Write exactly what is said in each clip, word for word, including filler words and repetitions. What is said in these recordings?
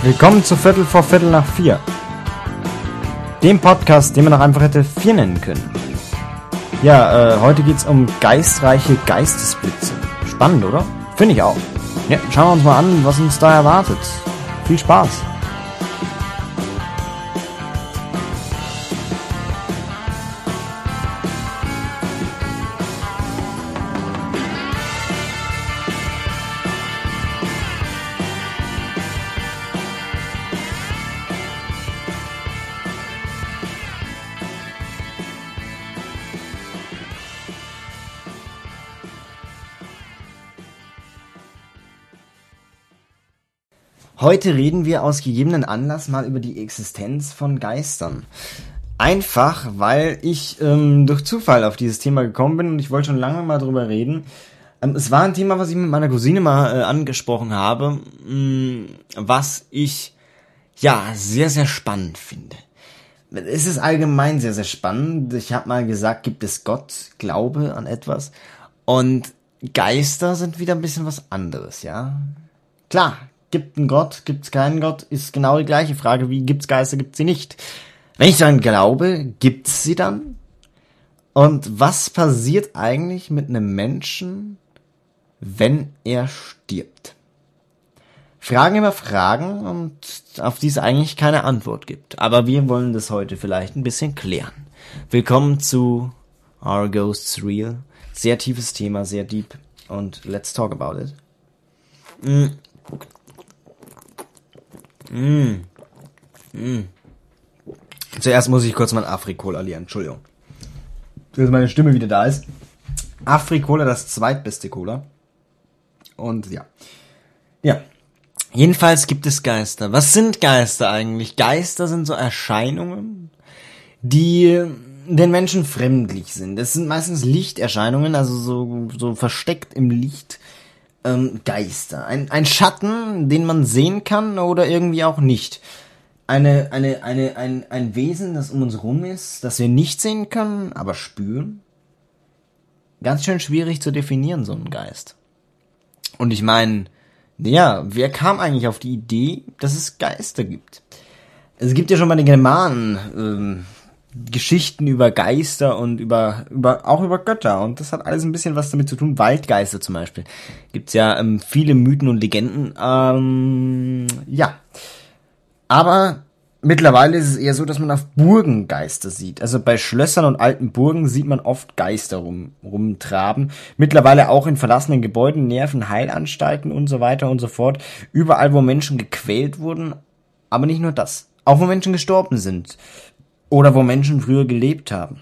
Willkommen zu Viertel vor Viertel nach vier. Dem Podcast, den man auch einfach hätte vier nennen können. Ja, äh, heute geht's um geistreiche Geistesblitze. Spannend, oder? Finde ich auch. Ja, schauen wir uns mal an, was uns da erwartet. Viel Spaß. Heute reden wir aus gegebenen Anlass mal über die Existenz von Geistern. Einfach, weil ich ähm, durch Zufall auf dieses Thema gekommen bin und ich wollte schon lange mal drüber reden. Ähm, es war ein Thema, was ich mit meiner Cousine mal äh, angesprochen habe, mh, was ich ja sehr, sehr spannend finde. Es ist allgemein sehr, sehr spannend. Ich habe mal gesagt, gibt es Gott, Glaube an etwas? Und Geister sind wieder ein bisschen was anderes, ja? Klar. Gibt einen Gott, gibt's keinen Gott, ist genau die gleiche Frage wie gibt's Geister, gibt's sie nicht. Wenn ich daran glaube, gibt's sie dann? Und was passiert eigentlich mit einem Menschen, wenn er stirbt? Fragen über Fragen und auf die es eigentlich keine Antwort gibt. Aber wir wollen das heute vielleicht ein bisschen klären. Willkommen zu Are Ghosts Real? Sehr tiefes Thema, sehr deep. Und let's talk about it. Mm. Mm. Mm. Zuerst muss ich kurz mein Afri-Cola leeren, Entschuldigung. Dass meine Stimme wieder da ist. Afri-Cola, das zweitbeste Cola. Und ja. Ja. Jedenfalls gibt es Geister. Was sind Geister eigentlich? Geister sind so Erscheinungen, die den Menschen fremdlich sind. Das sind meistens Lichterscheinungen, also so, so versteckt im Licht. Ähm, Geister. Ein, ein Schatten, den man sehen kann oder irgendwie auch nicht. Eine, eine, eine, ein, ein Wesen, das um uns rum ist, das wir nicht sehen können, aber spüren. Ganz schön schwierig zu definieren, so ein Geist. Und ich meine, ja, wer kam eigentlich auf die Idee, dass es Geister gibt? Es gibt ja schon bei den Germanen, ähm, Geschichten über Geister und über, über, auch über Götter. Und das hat alles ein bisschen was damit zu tun. Waldgeister zum Beispiel. Gibt's ja ähm, viele Mythen und Legenden. Ähm, ja. Aber mittlerweile ist es eher so, dass man auf Burgen Geister sieht. Also bei Schlössern und alten Burgen sieht man oft Geister rum, rumtraben. Mittlerweile auch in verlassenen Gebäuden, Nerven, Heilanstalten und so weiter und so fort. Überall, wo Menschen gequält wurden. Aber nicht nur das. Auch wo Menschen gestorben sind. Oder wo Menschen früher gelebt haben.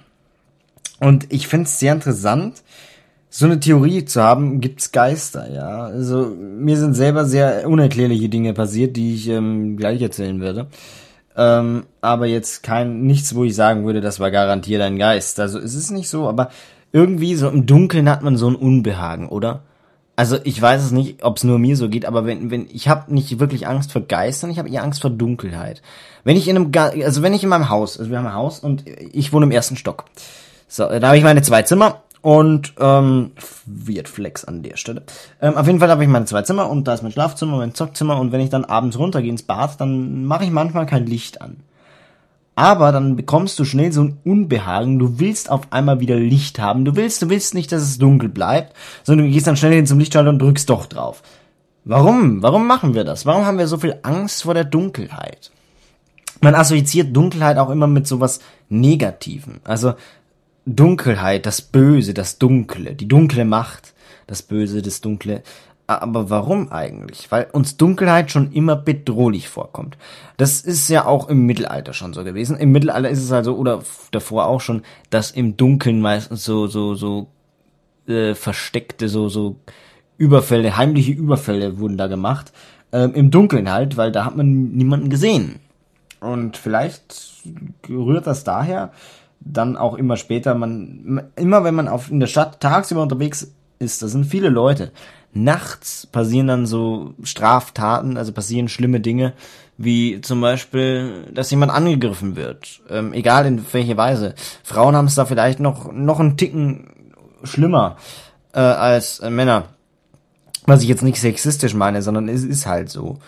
Und ich finde es sehr interessant, so eine Theorie zu haben, gibt's Geister, ja. Also mir sind selber sehr unerklärliche Dinge passiert, die ich ähm, gleich erzählen werde. Ähm, aber jetzt kein nichts, wo ich sagen würde, das war garantiert ein Geist. Also es ist nicht so, aber irgendwie so im Dunkeln hat man so ein Unbehagen, oder? Also ich weiß es nicht, ob es nur mir so geht, aber wenn wenn ich habe nicht wirklich Angst vor Geistern, ich habe eher Angst vor Dunkelheit. Wenn ich in einem Ge- also wenn ich in meinem Haus, also wir haben ein Haus und ich wohne im ersten Stock. So, da habe ich meine zwei Zimmer und ähm Weird Flex an der Stelle. Ähm, auf jeden Fall habe ich meine zwei Zimmer und da ist mein Schlafzimmer, mein Zockzimmer und wenn ich dann abends runtergehe ins Bad, dann mache ich manchmal kein Licht an. Aber dann bekommst du schnell so ein Unbehagen, du willst auf einmal wieder Licht haben, du willst, du willst nicht, dass es dunkel bleibt, sondern du gehst dann schnell hin zum Lichtschalter und drückst doch drauf. Warum? Warum machen wir das? Warum haben wir so viel Angst vor der Dunkelheit? Man assoziiert Dunkelheit auch immer mit sowas Negativem. Also Dunkelheit, das Böse, das Dunkle, die dunkle Macht, das Böse, das Dunkle. Aber warum eigentlich? Weil uns Dunkelheit schon immer bedrohlich vorkommt. Das ist ja auch im Mittelalter schon so gewesen. Im Mittelalter ist es also, oder davor auch schon, dass im Dunkeln meistens so, so, so, äh, versteckte, so, so Überfälle, heimliche Überfälle wurden da gemacht. Ähm, im Dunkeln halt, weil da hat man niemanden gesehen. Und vielleicht rührt das daher, dann auch immer später, man, immer wenn man auf, in der Stadt tagsüber unterwegs ist, da sind viele Leute. Nachts passieren dann so Straftaten, also passieren schlimme Dinge, wie zum Beispiel, dass jemand angegriffen wird, ähm, egal in welcher Weise. Frauen haben es da vielleicht noch noch einen Ticken schlimmer äh, als äh, Männer, was ich jetzt nicht sexistisch meine, sondern es ist halt so.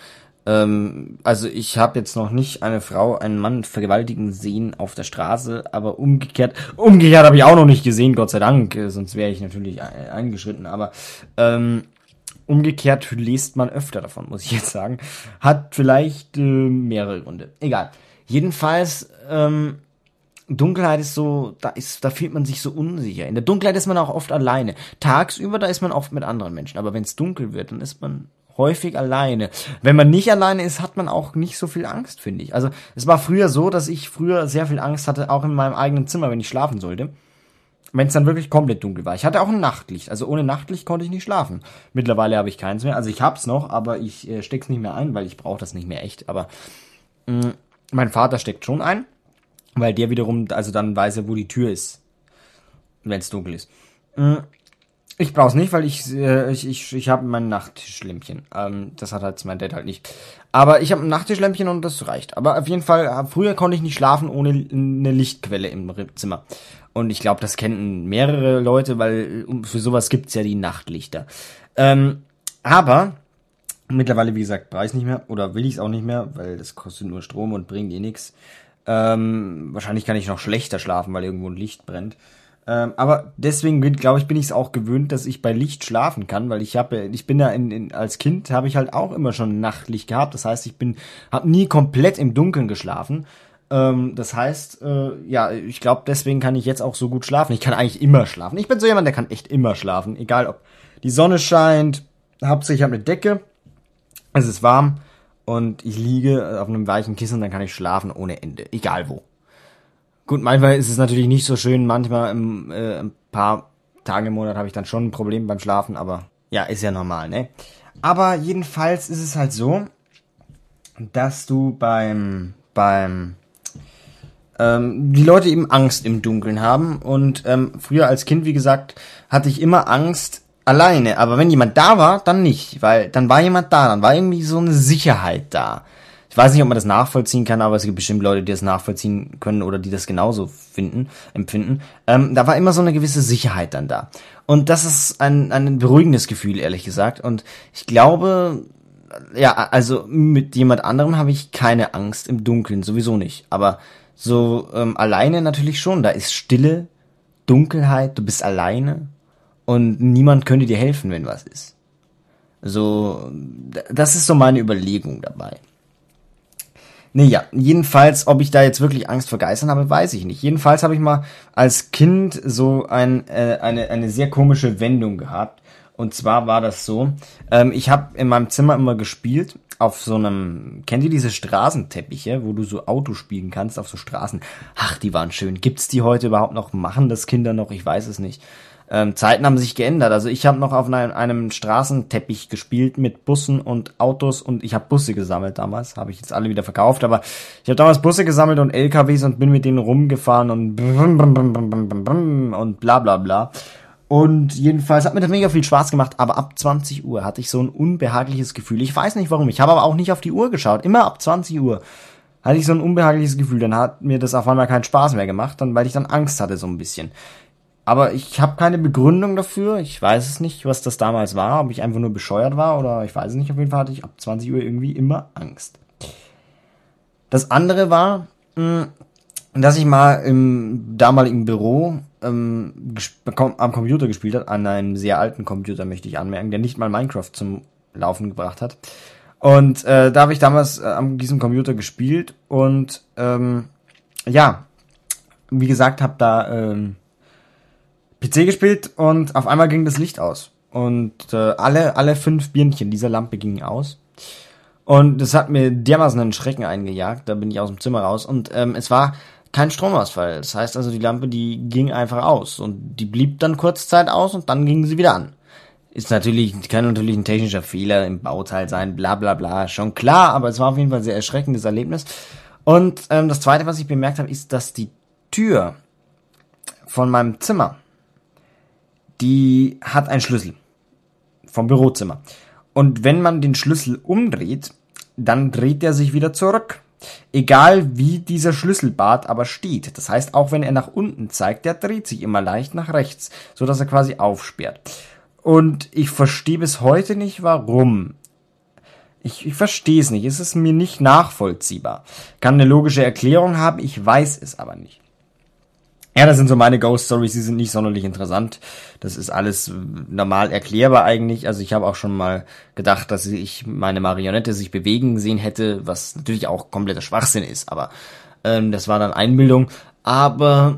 Ähm, also ich habe jetzt noch nicht eine Frau, einen Mann vergewaltigen sehen auf der Straße, aber umgekehrt, umgekehrt habe ich auch noch nicht gesehen, Gott sei Dank, äh, sonst wäre ich natürlich e- eingeschritten, aber ähm, umgekehrt liest man öfter davon, muss ich jetzt sagen. Hat vielleicht äh, mehrere Gründe. Egal. Jedenfalls, ähm, Dunkelheit ist so, da ist, da fühlt man sich so unsicher. In der Dunkelheit ist man auch oft alleine. Tagsüber, da ist man oft mit anderen Menschen. Aber wenn es dunkel wird, dann ist man häufig alleine. Wenn man nicht alleine ist, hat man auch nicht so viel Angst, finde ich. Also, es war früher so, dass ich früher sehr viel Angst hatte, auch in meinem eigenen Zimmer, wenn ich schlafen sollte. Wenn es dann wirklich komplett dunkel war. Ich hatte auch ein Nachtlicht. Also ohne Nachtlicht konnte ich nicht schlafen. Mittlerweile habe ich keins mehr. Also ich hab's noch, aber ich äh, steck's nicht mehr ein, weil ich brauche das nicht mehr echt. Aber mh, mein Vater steckt schon ein. Weil der wiederum, also dann weiß er, wo die Tür ist, wenn es dunkel ist. Ich brauch's nicht, weil ich äh, ich ich, ich habe mein Nachttischlämpchen. Ähm, das hat halt mein Dad halt nicht. Aber ich habe ein Nachttischlämpchen und das reicht. Aber auf jeden Fall, früher konnte ich nicht schlafen ohne eine Lichtquelle im Zimmer. Und ich glaube, das kennen mehrere Leute, weil für sowas gibt's ja die Nachtlichter. Ähm, aber mittlerweile, wie gesagt, brauche ich nicht mehr oder will ich es auch nicht mehr, weil das kostet nur Strom und bringt eh nix. Ähm, wahrscheinlich kann ich noch schlechter schlafen, weil irgendwo ein Licht brennt. Ähm, aber deswegen glaube ich, bin ich es auch gewöhnt, dass ich bei Licht schlafen kann, weil ich habe, ich bin ja in, in als Kind habe ich halt auch immer schon Nachtlicht gehabt. Das heißt, ich bin, habe nie komplett im Dunkeln geschlafen. Ähm, das heißt, äh, ja, ich glaube, deswegen kann ich jetzt auch so gut schlafen. Ich kann eigentlich immer schlafen. Ich bin so jemand, der kann echt immer schlafen, egal ob die Sonne scheint. Hauptsächlich ich habe eine Decke, es ist warm. Und ich liege auf einem weichen Kissen, dann kann ich schlafen ohne Ende, egal wo. Gut, manchmal ist es natürlich nicht so schön, manchmal im, äh, ein paar Tage im Monat habe ich dann schon ein Problem beim Schlafen, aber ja, ist ja normal, ne? Aber jedenfalls ist es halt so, dass du beim, beim, ähm, die Leute eben Angst im Dunkeln haben und ähm, früher als Kind, wie gesagt, hatte ich immer Angst, alleine, aber wenn jemand da war, dann nicht, weil dann war jemand da, dann war irgendwie so eine Sicherheit da. Ich weiß nicht, ob man das nachvollziehen kann, aber es gibt bestimmt Leute, die das nachvollziehen können oder die das genauso finden, empfinden. Ähm, da war immer so eine gewisse Sicherheit dann da. Und das ist ein, ein beruhigendes Gefühl, ehrlich gesagt. Und ich glaube, ja, also mit jemand anderem habe ich keine Angst im Dunkeln, sowieso nicht. Aber so ähm, alleine natürlich schon. Da ist Stille, Dunkelheit, du bist alleine. Und niemand könnte dir helfen, wenn was ist. So, das ist so meine Überlegung dabei. Naja, jedenfalls, ob ich da jetzt wirklich Angst vor Geistern habe, weiß ich nicht. Jedenfalls habe ich mal als Kind so ein, äh, eine, eine sehr komische Wendung gehabt. Und zwar war das so, ähm, ich habe in meinem Zimmer immer gespielt auf so einem, kennt ihr diese Straßenteppiche, wo du so Auto spielen kannst auf so Straßen? Ach, die waren schön. Gibt's die heute überhaupt noch? Machen das Kinder noch? Ich weiß es nicht. Ähm, Zeiten haben sich geändert. Also ich habe noch auf einem, einem Straßenteppich gespielt mit Bussen und Autos und ich habe Busse gesammelt damals. Habe ich jetzt alle wieder verkauft, aber ich habe damals Busse gesammelt und L K Ws und bin mit denen rumgefahren und und bla bla bla. Und jedenfalls hat mir das mega viel Spaß gemacht, aber ab zwanzig Uhr hatte ich so ein unbehagliches Gefühl. Ich weiß nicht warum. Ich habe aber auch nicht auf die Uhr geschaut. Immer ab zwanzig Uhr hatte ich so ein unbehagliches Gefühl. Dann hat mir das auf einmal keinen Spaß mehr gemacht, dann, weil ich dann Angst hatte so ein bisschen. Aber ich habe keine Begründung dafür. Ich weiß es nicht, was das damals war. Ob ich einfach nur bescheuert war oder ich weiß es nicht. Auf jeden Fall hatte ich ab zwanzig Uhr irgendwie immer Angst. Das andere war, dass ich mal im damaligen Büro ähm, am Computer gespielt habe. An einem sehr alten Computer, möchte ich anmerken, der nicht mal Minecraft zum Laufen gebracht hat. Und äh, da habe ich damals äh, an diesem Computer gespielt. Und ähm, ja, wie gesagt, habe da Ähm, P C gespielt und auf einmal ging das Licht aus. Und äh, alle alle fünf Birnchen dieser Lampe gingen aus. Und das hat mir dermaßen einen Schrecken eingejagt. Da bin ich aus dem Zimmer raus. Und ähm, es war kein Stromausfall. Das heißt also, die Lampe, die ging einfach aus. Und die blieb dann kurz Zeit aus und dann ging sie wieder an. Ist natürlich, kann natürlich ein technischer Fehler im Bauteil sein, bla bla bla. Schon klar, aber es war auf jeden Fall ein sehr erschreckendes Erlebnis. Und ähm, das Zweite, was ich bemerkt habe, ist, dass die Tür von meinem Zimmer, die hat einen Schlüssel vom Bürozimmer. Und wenn man den Schlüssel umdreht, dann dreht er sich wieder zurück. Egal wie dieser Schlüsselbart aber steht. Das heißt, auch wenn er nach unten zeigt, der dreht sich immer leicht nach rechts, so dass er quasi aufsperrt. Und ich verstehe bis heute nicht, warum. Ich, ich verstehe es nicht. Es ist mir nicht nachvollziehbar. Kann eine logische Erklärung haben, ich weiß es aber nicht. Ja, das sind so meine Ghost Stories, die sind nicht sonderlich interessant. Das ist alles normal erklärbar eigentlich. Also ich habe auch schon mal gedacht, dass ich meine Marionette sich bewegen sehen hätte, was natürlich auch kompletter Schwachsinn ist, aber ähm, das war dann Einbildung. Aber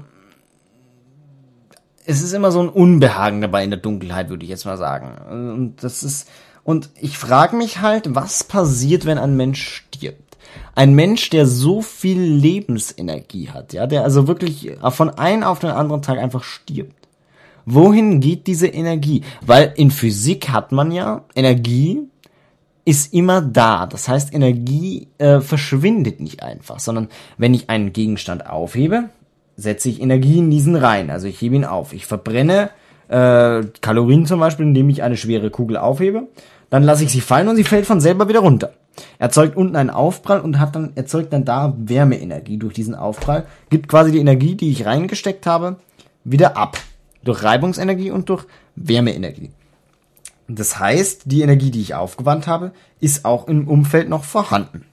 es ist immer so ein Unbehagen dabei in der Dunkelheit, würde ich jetzt mal sagen. Und das ist, und ich frage mich halt, was passiert, wenn ein Mensch stirbt? Ein Mensch, der so viel Lebensenergie hat, ja, der also wirklich von einem auf den anderen Tag einfach stirbt. Wohin geht diese Energie? Weil in Physik hat man ja, Energie ist immer da. Das heißt, Energie äh, verschwindet nicht einfach, sondern wenn ich einen Gegenstand aufhebe, setze ich Energie in diesen rein. Also ich hebe ihn auf. Ich verbrenne äh, Kalorien zum Beispiel, indem ich eine schwere Kugel aufhebe. Dann lasse ich sie fallen und sie fällt von selber wieder runter. Erzeugt unten einen Aufprall und hat dann erzeugt dann da Wärmeenergie durch diesen Aufprall. Gibt quasi die Energie, die ich reingesteckt habe, wieder ab. Durch Reibungsenergie und durch Wärmeenergie. Das heißt, die Energie, die ich aufgewandt habe, ist auch im Umfeld noch vorhanden.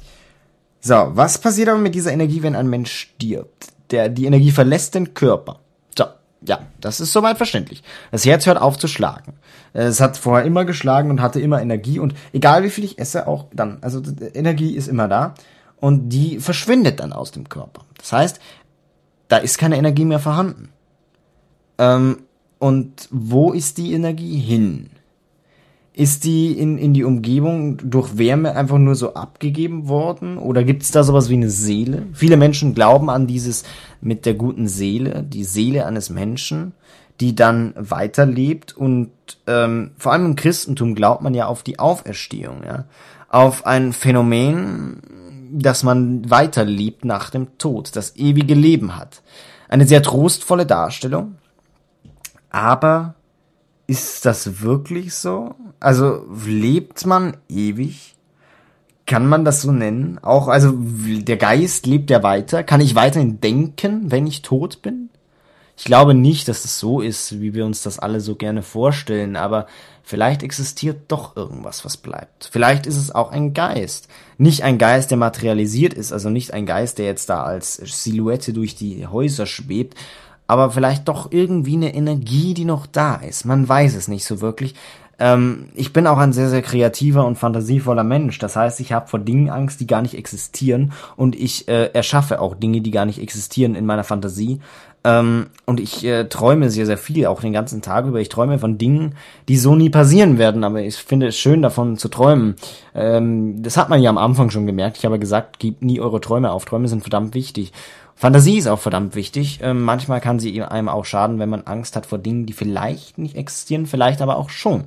So, was passiert aber mit dieser Energie, wenn ein Mensch stirbt? Der, die Energie verlässt den Körper. So, ja, das ist soweit verständlich. Das Herz hört auf zu schlagen. Es hat vorher immer geschlagen und hatte immer Energie und egal wie viel ich esse, auch dann, also Energie ist immer da und die verschwindet dann aus dem Körper. Das heißt, da ist keine Energie mehr vorhanden. Ähm, und wo ist die Energie hin? Ist die in, in die Umgebung durch Wärme einfach nur so abgegeben worden? Oder gibt es da sowas wie eine Seele? Viele Menschen glauben an dieses mit der guten Seele, die Seele eines Menschen, die dann weiterlebt. Und ähm, vor allem im Christentum glaubt man ja auf die Auferstehung, ja, auf ein Phänomen, dass man weiterlebt nach dem Tod, das ewige Leben hat. Eine sehr trostvolle Darstellung, aber ist das wirklich so? Also lebt man ewig? Kann man das so nennen? Auch, also der Geist lebt ja weiter. Kann ich weiterhin denken, wenn ich tot bin? Ich glaube nicht, dass es so ist, wie wir uns das alle so gerne vorstellen, aber vielleicht existiert doch irgendwas, was bleibt. Vielleicht ist es auch ein Geist. Nicht ein Geist, der materialisiert ist, also nicht ein Geist, der jetzt da als Silhouette durch die Häuser schwebt, aber vielleicht doch irgendwie eine Energie, die noch da ist. Man weiß es nicht so wirklich. Ähm, ich bin auch ein sehr, sehr kreativer und fantasievoller Mensch. Das heißt, ich habe vor Dingen Angst, die gar nicht existieren. Und ich äh, erschaffe auch Dinge, die gar nicht existieren in meiner Fantasie. Ähm, und ich äh, träume sehr, sehr viel, auch den ganzen Tag über. Ich träume von Dingen, die so nie passieren werden. Aber ich finde es schön, davon zu träumen. Ähm, das hat man ja am Anfang schon gemerkt. Ich habe gesagt, gebt nie eure Träume auf. Träume sind verdammt wichtig. Fantasie ist auch verdammt wichtig. Ähm, manchmal kann sie einem auch schaden, wenn man Angst hat vor Dingen, die vielleicht nicht existieren, vielleicht aber auch schon.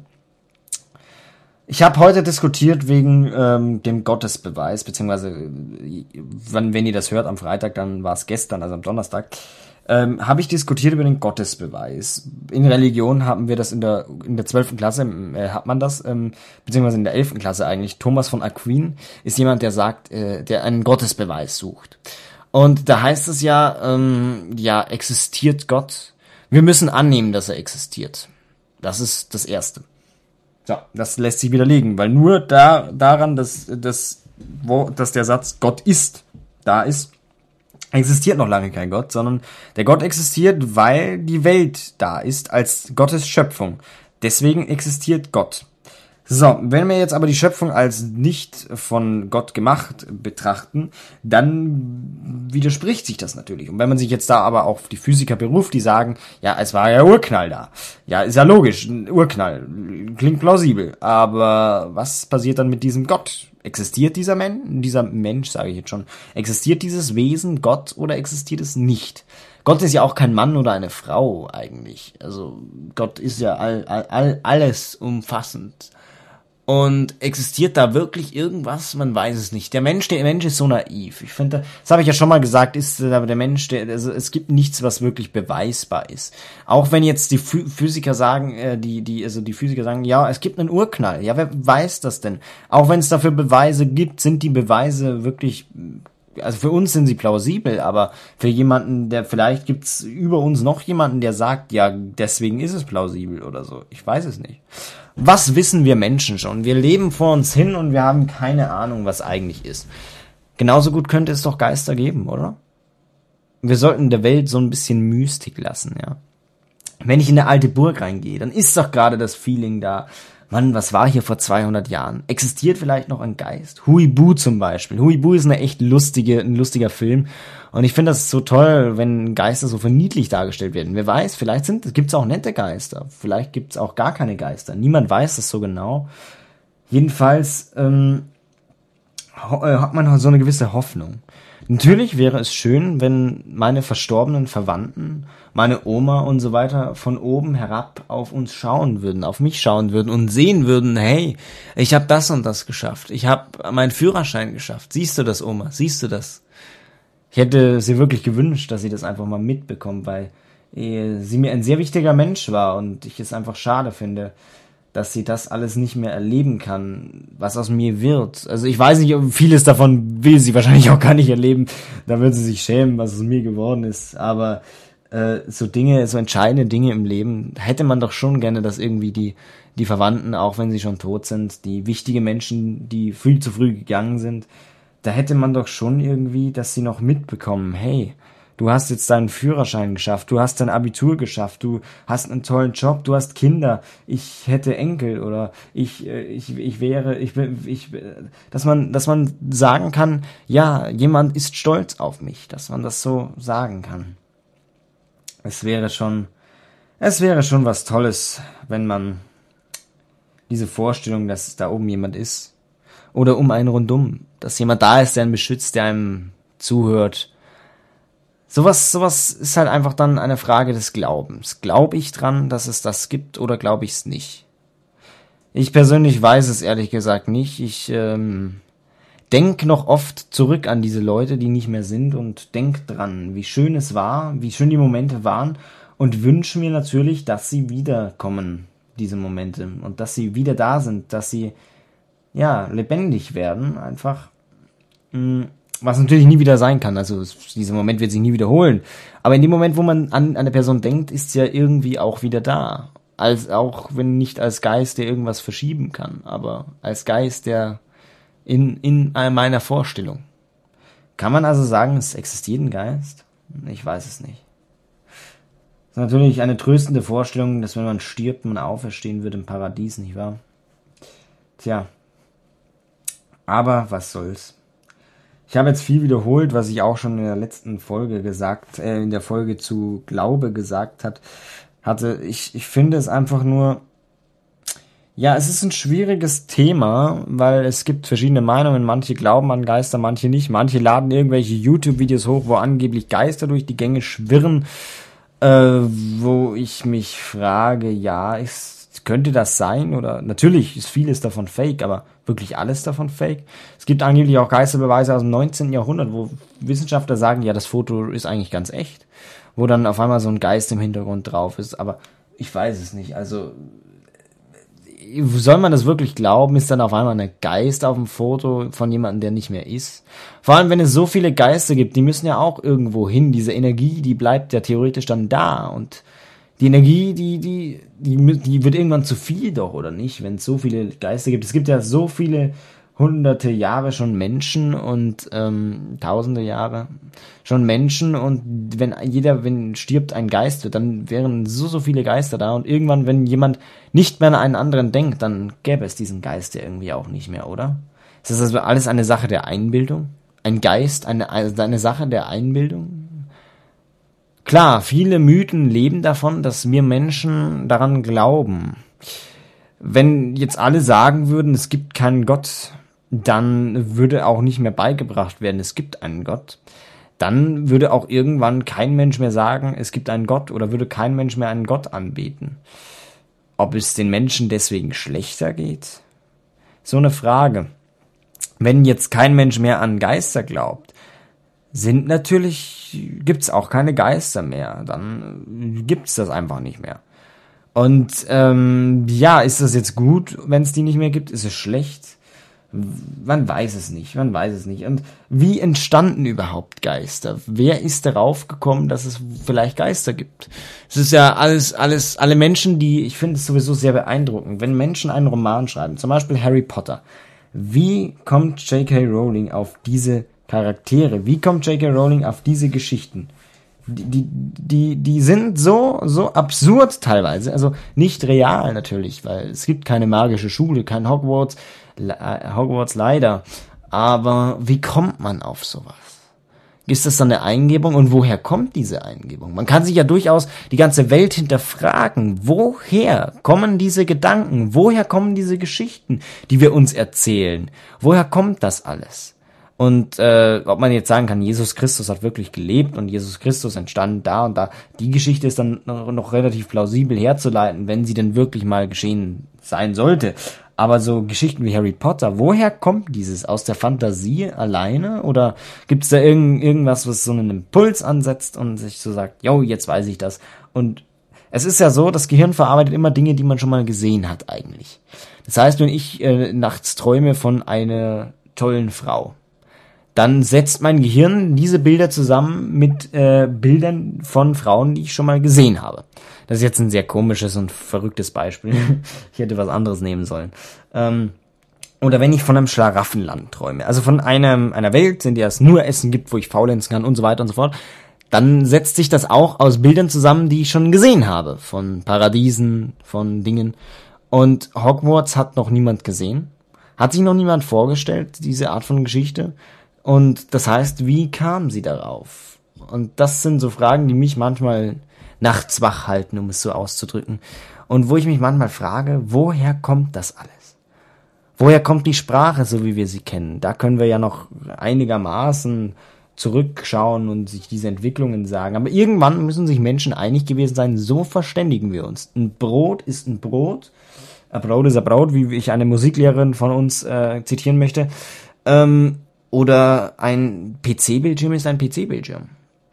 Ich habe heute diskutiert wegen ähm, dem Gottesbeweis, beziehungsweise wenn, wenn ihr das hört am Freitag, dann war es gestern, also am Donnerstag, ähm, habe ich diskutiert über den Gottesbeweis. In Religion haben wir das in der in der zwölften Klasse, äh, hat man das, ähm, beziehungsweise in der elften Klasse eigentlich. Thomas von Aquin ist jemand, der sagt, äh, der einen Gottesbeweis sucht. Und da heißt es ja, ähm, ja, existiert Gott? Wir müssen annehmen, dass er existiert. Das ist das Erste. So, das lässt sich widerlegen, weil nur da daran, dass, dass, wo, dass der Satz Gott ist, da ist, existiert noch lange kein Gott, sondern der Gott existiert, weil die Welt da ist, als Gottes Schöpfung. Deswegen existiert Gott. So, wenn wir jetzt aber die Schöpfung als nicht von Gott gemacht betrachten, dann widerspricht sich das natürlich. Und wenn man sich jetzt da aber auf die Physiker beruft, die sagen, ja, es war ja Urknall da. Ja, ist ja logisch, ein Urknall, klingt plausibel. Aber was passiert dann mit diesem Gott? Existiert dieser Mensch, dieser Mensch, sage ich jetzt schon, existiert dieses Wesen, Gott, oder existiert es nicht? Gott ist ja auch kein Mann oder eine Frau eigentlich. Also Gott ist ja all, all, all, alles umfassend. Und existiert da wirklich irgendwas? Man weiß es nicht. Der Mensch, der Mensch ist so naiv. Ich finde, das habe ich ja schon mal gesagt, ist aber der Mensch, der, also es gibt nichts, was wirklich beweisbar ist. Auch wenn jetzt die Physiker sagen, äh, die, die, also die Physiker sagen, ja, es gibt einen Urknall. Ja, wer weiß das denn? Auch wenn es dafür Beweise gibt, sind die Beweise wirklich also für uns sind sie plausibel, aber für jemanden, der vielleicht gibt's über uns noch jemanden, der sagt, ja, deswegen ist es plausibel oder so. Ich weiß es nicht. Was wissen wir Menschen schon? Wir leben vor uns hin und wir haben keine Ahnung, was eigentlich ist. Genauso gut könnte es doch Geister geben, oder? Wir sollten der Welt so ein bisschen Mystik lassen, ja. Wenn ich in eine alte Burg reingehe, dann ist doch gerade das Feeling da. Mann, was war hier vor zweihundert Jahren? Existiert vielleicht noch ein Geist? Huibu zum Beispiel. Huibu ist eine echt lustige, ein lustiger Film. Und ich finde das so toll, wenn Geister so verniedlich dargestellt werden. Wer weiß, vielleicht sind, gibt's auch nette Geister. Vielleicht gibt's auch gar keine Geister. Niemand weiß das so genau. Jedenfalls ähm, hat man so eine gewisse Hoffnung. Natürlich wäre es schön, wenn meine verstorbenen Verwandten, meine Oma und so weiter von oben herab auf uns schauen würden, auf mich schauen würden und sehen würden, hey, ich habe das und das geschafft, ich habe meinen Führerschein geschafft. Siehst du das, Oma? Siehst du das? Ich hätte sie wirklich gewünscht, dass sie das einfach mal mitbekommt, weil sie mir ein sehr wichtiger Mensch war und ich es einfach schade finde, dass sie das alles nicht mehr erleben kann, was aus mir wird. Also ich weiß nicht, vieles davon will sie wahrscheinlich auch gar nicht erleben. Da wird sie sich schämen, was aus mir geworden ist. Aber äh, so Dinge, so entscheidende Dinge im Leben, hätte man doch schon gerne, dass irgendwie die die Verwandten, auch wenn sie schon tot sind, die wichtige Menschen, die viel zu früh gegangen sind, da hätte man doch schon irgendwie, dass sie noch mitbekommen, hey, du hast jetzt deinen Führerschein geschafft, du hast dein Abitur geschafft, du hast einen tollen Job, du hast Kinder, ich hätte Enkel oder ich ich ich wäre ich ich dass man dass man sagen kann, ja, jemand ist stolz auf mich, dass man das so sagen kann. Es wäre schon es wäre schon was Tolles, wenn man diese Vorstellung, dass da oben jemand ist oder um einen rundum, dass jemand da ist, der einen beschützt, der einem zuhört. Sowas, sowas ist halt einfach dann eine Frage des Glaubens. Glaube ich dran, dass es das gibt, oder glaube ich es nicht? Ich persönlich weiß es ehrlich gesagt nicht. Ich ähm, denke noch oft zurück an diese Leute, die nicht mehr sind und denke dran, wie schön es war, wie schön die Momente waren und wünsche mir natürlich, dass sie wiederkommen, diese Momente, und dass sie wieder da sind, dass sie ja lebendig werden, einfach. Mh, Was natürlich nie wieder sein kann, also dieser Moment wird sich nie wiederholen. Aber in dem Moment, wo man an eine Person denkt, ist sie ja irgendwie auch wieder da. Als, auch wenn nicht als Geist, der irgendwas verschieben kann, aber als Geist, der in, in meiner Vorstellung. Kann man also sagen, es existiert ein Geist? Ich weiß es nicht. Es ist natürlich eine tröstende Vorstellung, dass wenn man stirbt, man auferstehen wird im Paradies, nicht wahr? Tja. Aber was soll's. Ich habe jetzt viel wiederholt, was ich auch schon in der letzten Folge gesagt, äh, in der Folge zu Glaube gesagt hat, hatte. Ich, ich finde es einfach nur, ja, es ist ein schwieriges Thema, weil es gibt verschiedene Meinungen. Manche glauben an Geister, manche nicht. Manche laden irgendwelche YouTube-Videos hoch, wo angeblich Geister durch die Gänge schwirren, äh, wo ich mich frage, ja, ist, könnte das sein? Oder natürlich ist vieles davon fake, aber wirklich alles davon fake? Es gibt angeblich auch Geisterbeweise aus dem neunzehnten Jahrhundert, wo Wissenschaftler sagen, ja, das Foto ist eigentlich ganz echt, wo dann auf einmal so ein Geist im Hintergrund drauf ist, aber ich weiß es nicht, also soll man das wirklich glauben? Ist dann auf einmal ein Geist auf dem Foto von jemandem, der nicht mehr ist? Vor allem, wenn es so viele Geister gibt, die müssen ja auch irgendwo hin, diese Energie, die bleibt ja theoretisch dann da und die Energie, die, die, die, die wird irgendwann zu viel doch, oder nicht? Wenn es so viele Geister gibt. Es gibt ja so viele hunderte Jahre schon Menschen und ähm, tausende Jahre schon Menschen und wenn jeder, wenn stirbt ein Geist, dann wären so, so viele Geister da und irgendwann, wenn jemand nicht mehr an einen anderen denkt, dann gäbe es diesen Geist ja irgendwie auch nicht mehr, oder? Ist das also alles eine Sache der Einbildung? Ein Geist, eine, eine Sache der Einbildung? Klar, viele Mythen leben davon, dass wir Menschen daran glauben. Wenn jetzt alle sagen würden, es gibt keinen Gott, dann würde auch nicht mehr beigebracht werden, es gibt einen Gott. Dann würde auch irgendwann kein Mensch mehr sagen, es gibt einen Gott, oder würde kein Mensch mehr einen Gott anbeten. Ob es den Menschen deswegen schlechter geht? So eine Frage. Wenn jetzt kein Mensch mehr an Geister glaubt, sind natürlich, gibt's auch keine Geister mehr. Dann gibt's das einfach nicht mehr. Und ähm, ja, ist das jetzt gut, wenn es die nicht mehr gibt? Ist es schlecht? Man weiß es nicht, man weiß es nicht. Und wie entstanden überhaupt Geister? Wer ist darauf gekommen, dass es vielleicht Geister gibt? Es ist ja alles, alles, alle Menschen, die, ich finde es sowieso sehr beeindruckend, wenn Menschen einen Roman schreiben, zum Beispiel Harry Potter. Wie kommt J K. Rowling auf diese Charaktere? Wie kommt J K. Rowling auf diese Geschichten? Die, die, die, die sind so, so absurd teilweise, also nicht real natürlich, weil es gibt keine magische Schule, kein Hogwarts, Hogwarts leider. Aber wie kommt man auf sowas? Ist das dann eine Eingebung? Und woher kommt diese Eingebung? Man kann sich ja durchaus die ganze Welt hinterfragen. Woher kommen diese Gedanken? Woher kommen diese Geschichten, die wir uns erzählen? Woher kommt das alles? Und äh, ob man jetzt sagen kann, Jesus Christus hat wirklich gelebt und Jesus Christus entstand da und da, die Geschichte ist dann noch, noch relativ plausibel herzuleiten, wenn sie denn wirklich mal geschehen sein sollte. Aber so Geschichten wie Harry Potter, woher kommt dieses? Aus der Fantasie alleine? Oder gibt's da irgend, irgendwas, was so einen Impuls ansetzt und sich so sagt, yo, jetzt weiß ich das. Und es ist ja so, das Gehirn verarbeitet immer Dinge, die man schon mal gesehen hat eigentlich. Das heißt, wenn ich äh, nachts träume von einer tollen Frau, dann setzt mein Gehirn diese Bilder zusammen mit äh, Bildern von Frauen, die ich schon mal gesehen habe. Das ist jetzt ein sehr komisches und verrücktes Beispiel. Ich hätte was anderes nehmen sollen. Ähm, oder wenn ich von einem Schlaraffenland träume, also von einem, einer Welt, in der es nur Essen gibt, wo ich faulenzen kann und so weiter und so fort, dann setzt sich das auch aus Bildern zusammen, die ich schon gesehen habe. Von Paradiesen, von Dingen. Und Hogwarts hat noch niemand gesehen. Hat sich noch niemand vorgestellt, diese Art von Geschichte. Und das heißt, wie kam sie darauf? Und das sind so Fragen, die mich manchmal nachts wach halten, um es so auszudrücken. Und wo ich mich manchmal frage, woher kommt das alles? Woher kommt die Sprache, so wie wir sie kennen? Da können wir ja noch einigermaßen zurückschauen und sich diese Entwicklungen sagen. Aber irgendwann müssen sich Menschen einig gewesen sein, so verständigen wir uns. Ein Brot ist ein Brot. Ein Brot ist ein Brot, wie ich eine Musiklehrerin von uns äh, zitieren möchte. Ähm, Oder ein P C-Bildschirm ist ein P C-Bildschirm.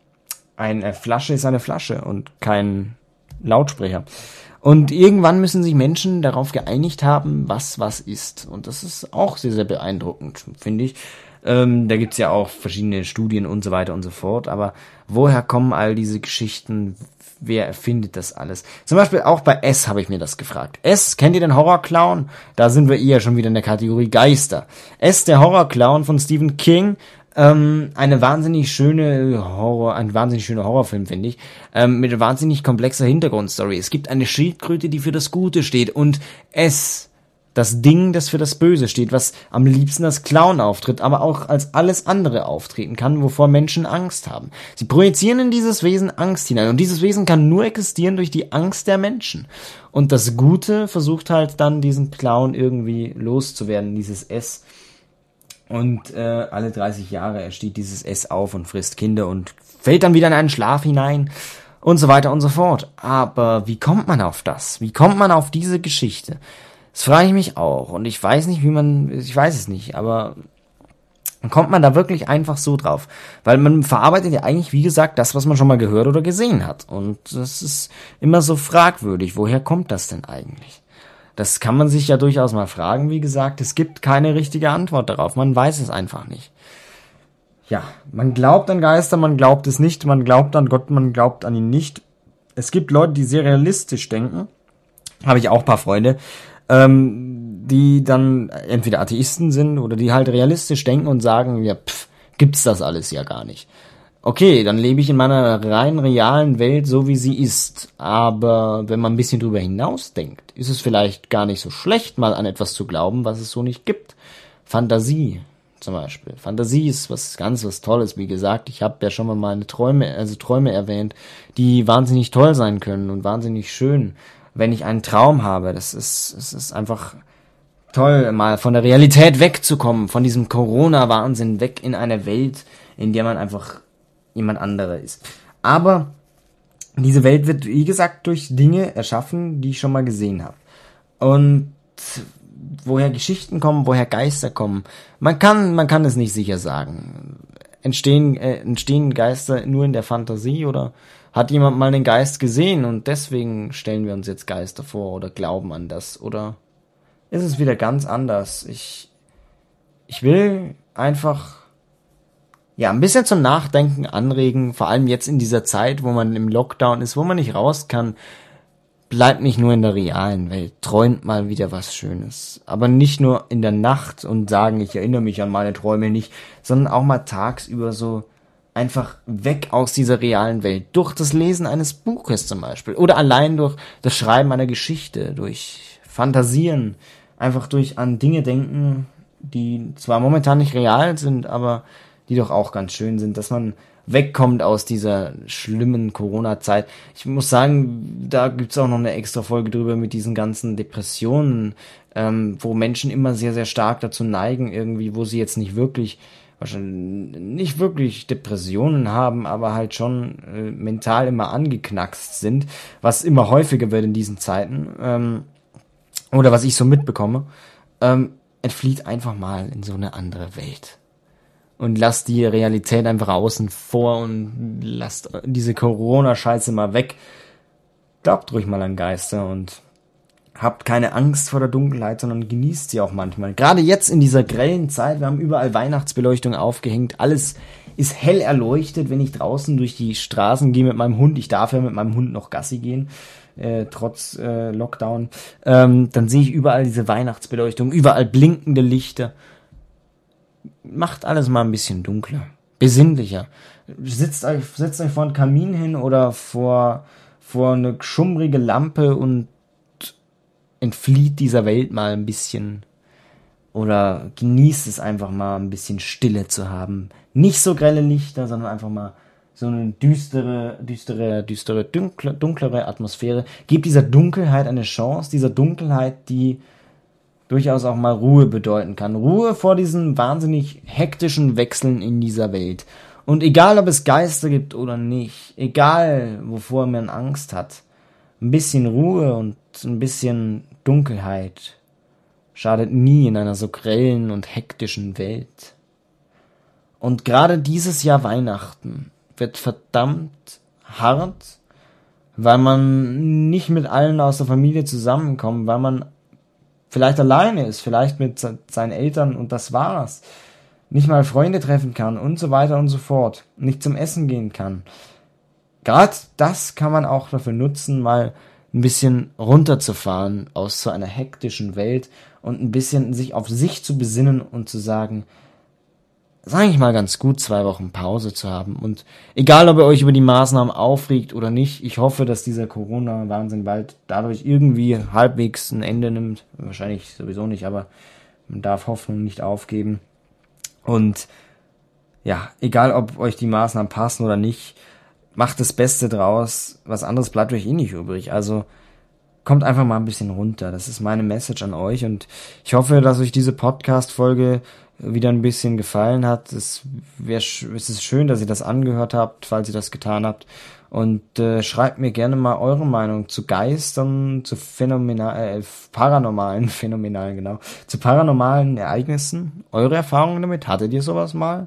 Eine Flasche ist eine Flasche und kein Lautsprecher. Und irgendwann müssen sich Menschen darauf geeinigt haben, was was ist. Und das ist auch sehr, sehr beeindruckend, finde ich. Ähm, da gibt's ja auch verschiedene Studien und so weiter und so fort. Aber woher kommen all diese Geschichten? Wer erfindet das alles? Zum Beispiel auch bei S habe ich mir das gefragt. S, kennt ihr den Horrorclown? Da sind wir eher schon wieder in der Kategorie Geister. S, der Horrorclown von Stephen King. Ähm, eine wahnsinnig schöne Horror, ein wahnsinnig schöner Horrorfilm, finde ich. Ähm, mit einer wahnsinnig komplexer Hintergrundstory. Es gibt eine Schildkröte, die für das Gute steht. Und S, das Ding, das für das Böse steht, was am liebsten als Clown auftritt, aber auch als alles andere auftreten kann, wovor Menschen Angst haben. Sie projizieren in dieses Wesen Angst hinein und dieses Wesen kann nur existieren durch die Angst der Menschen. Und das Gute versucht halt dann diesen Clown irgendwie loszuwerden, dieses S. Und äh, alle dreißig Jahre steht dieses S auf und frisst Kinder und fällt dann wieder in einen Schlaf hinein und so weiter und so fort. Aber wie kommt man auf das? Wie kommt man auf diese Geschichte? Das frage ich mich auch. Und ich weiß nicht, wie man, ich weiß es nicht, aber kommt man da wirklich einfach so drauf? Weil man verarbeitet ja eigentlich, wie gesagt, das, was man schon mal gehört oder gesehen hat. Und das ist immer so fragwürdig. Woher kommt das denn eigentlich? Das kann man sich ja durchaus mal fragen, wie gesagt. Es gibt keine richtige Antwort darauf. Man weiß es einfach nicht. Ja, man glaubt an Geister, man glaubt es nicht. Man glaubt an Gott, man glaubt an ihn nicht. Es gibt Leute, die sehr realistisch denken. Habe ich auch ein paar Freunde. Ähm, die dann entweder Atheisten sind oder die halt realistisch denken und sagen, ja, pff, gibt's das alles ja gar nicht. Okay, dann lebe ich in meiner rein realen Welt, so wie sie ist. Aber wenn man ein bisschen drüber hinausdenkt, ist es vielleicht gar nicht so schlecht, mal an etwas zu glauben, was es so nicht gibt. Fantasie zum Beispiel. Fantasie ist was ganz was Tolles. Wie gesagt, ich habe ja schon mal meine Träume, also Träume erwähnt, die wahnsinnig toll sein können und wahnsinnig schön. Wenn ich einen Traum habe, das ist, es ist einfach toll, mal von der Realität wegzukommen, von diesem Corona-Wahnsinn weg in eine Welt, in der man einfach jemand anderer ist. Aber diese Welt wird, wie gesagt, durch Dinge erschaffen, die ich schon mal gesehen habe. Und woher Geschichten kommen, woher Geister kommen, man kann, man kann es nicht sicher sagen. Entstehen, äh, entstehen Geister nur in der Fantasie oder hat jemand mal einen Geist gesehen und deswegen stellen wir uns jetzt Geister vor oder glauben an das? Oder ist es wieder ganz anders? Ich, ich will einfach ja ein bisschen zum Nachdenken anregen, vor allem jetzt in dieser Zeit, wo man im Lockdown ist, wo man nicht raus kann. Bleibt nicht nur in der realen Welt, träumt mal wieder was Schönes. Aber nicht nur in der Nacht und sagen, ich erinnere mich an meine Träume nicht, sondern auch mal tagsüber so einfach weg aus dieser realen Welt. Durch das Lesen eines Buches zum Beispiel. Oder allein durch das Schreiben einer Geschichte, durch Fantasieren, einfach durch an Dinge denken, die zwar momentan nicht real sind, aber die doch auch ganz schön sind, dass man wegkommt aus dieser schlimmen Corona-Zeit. Ich muss sagen, da gibt's auch noch eine extra Folge drüber mit diesen ganzen Depressionen, ähm, wo Menschen immer sehr, sehr stark dazu neigen, irgendwie, wo sie jetzt nicht wirklich, wahrscheinlich nicht wirklich Depressionen haben, aber halt schon äh, mental immer angeknackst sind, was immer häufiger wird in diesen Zeiten, ähm, oder was ich so mitbekomme, ähm, entflieht einfach mal in so eine andere Welt. Und lasst die Realität einfach außen vor und lasst diese Corona-Scheiße mal weg. Glaubt ruhig mal an Geister und habt keine Angst vor der Dunkelheit, sondern genießt sie auch manchmal. Gerade jetzt in dieser grellen Zeit, wir haben überall Weihnachtsbeleuchtung aufgehängt, alles ist hell erleuchtet, wenn ich draußen durch die Straßen gehe mit meinem Hund. Ich darf ja mit meinem Hund noch Gassi gehen, äh, trotz äh, Lockdown. Ähm, dann sehe ich überall diese Weihnachtsbeleuchtung, überall blinkende Lichter. Macht alles mal ein bisschen dunkler, besinnlicher. Sitzt euch, setzt euch vor einen Kamin hin oder vor, vor eine schummrige Lampe und entflieht dieser Welt mal ein bisschen. Oder genießt es einfach mal ein bisschen Stille zu haben. Nicht so grelle Lichter, sondern einfach mal so eine düstere, düstere, düstere, dunkle, dunklere Atmosphäre. Gebt dieser Dunkelheit eine Chance, dieser Dunkelheit, die durchaus auch mal Ruhe bedeuten kann. Ruhe vor diesen wahnsinnig hektischen Wechseln in dieser Welt. Und egal, ob es Geister gibt oder nicht, egal, wovor man Angst hat, ein bisschen Ruhe und ein bisschen Dunkelheit schadet nie in einer so grellen und hektischen Welt. Und gerade dieses Jahr Weihnachten wird verdammt hart, weil man nicht mit allen aus der Familie zusammenkommt, weil man vielleicht alleine ist, vielleicht mit seinen Eltern und das war's. Nicht mal Freunde treffen kann und so weiter und so fort. Nicht zum Essen gehen kann. Gerade das kann man auch dafür nutzen, mal ein bisschen runterzufahren aus so einer hektischen Welt und ein bisschen sich auf sich zu besinnen und zu sagen, ist eigentlich mal ganz gut, zwei Wochen Pause zu haben. Und egal, ob ihr euch über die Maßnahmen aufregt oder nicht, ich hoffe, dass dieser Corona-Wahnsinn bald dadurch irgendwie halbwegs ein Ende nimmt. Wahrscheinlich sowieso nicht, aber man darf Hoffnung nicht aufgeben. Und ja, egal, ob euch die Maßnahmen passen oder nicht, macht das Beste draus. Was anderes bleibt euch eh nicht übrig. Also kommt einfach mal ein bisschen runter. Das ist meine Message an euch. Und ich hoffe, dass euch diese Podcast-Folge wieder ein bisschen gefallen hat. Es wäre, es ist schön, dass ihr das angehört habt, falls ihr das getan habt. Und äh, schreibt mir gerne mal eure Meinung zu Geistern, zu phänomenal, äh, paranormalen, phänomenalen, genau, zu paranormalen Ereignissen. Eure Erfahrungen damit? Hattet ihr sowas mal?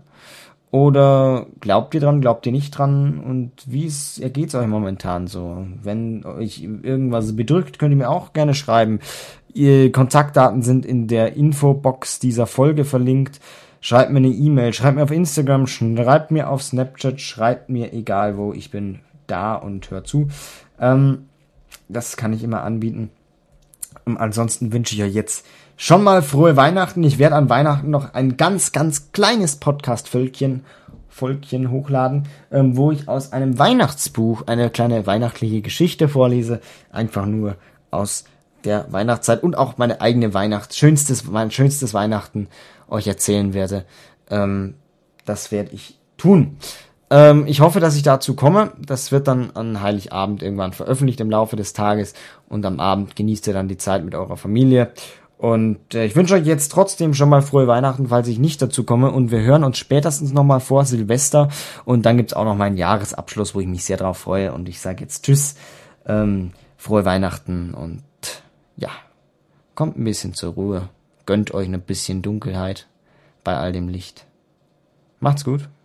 Oder glaubt ihr dran, glaubt ihr nicht dran? Und wie es ergeht's euch momentan so? Wenn euch irgendwas bedrückt, könnt ihr mir auch gerne schreiben. Ihr Kontaktdaten sind in der Infobox dieser Folge verlinkt. Schreibt mir eine E-Mail, schreibt mir auf Instagram, schreibt mir auf Snapchat, schreibt mir egal wo, ich bin da und hör zu. Ähm, das kann ich immer anbieten. Und ansonsten wünsche ich euch jetzt schon mal frohe Weihnachten. Ich werde an Weihnachten noch ein ganz, ganz kleines Podcast-Völkchen Volkchen hochladen, ähm, wo ich aus einem Weihnachtsbuch eine kleine weihnachtliche Geschichte vorlese. Einfach nur aus der Weihnachtszeit und auch meine eigene Weihnachts, schönstes, mein schönstes Weihnachten euch erzählen werde. Ähm, das werde ich tun. Ähm, ich hoffe, dass ich dazu komme. Das wird dann an Heiligabend irgendwann veröffentlicht im Laufe des Tages und am Abend genießt ihr dann die Zeit mit eurer Familie. Und äh, ich wünsche euch jetzt trotzdem schon mal frohe Weihnachten, falls ich nicht dazu komme. Und wir hören uns spätestens nochmal vor Silvester. Und dann gibt's auch noch meinen Jahresabschluss, wo ich mich sehr drauf freue. Und ich sage jetzt Tschüss, ähm, frohe Weihnachten und ja, kommt ein bisschen zur Ruhe. Gönnt euch ein bisschen Dunkelheit bei all dem Licht. Macht's gut.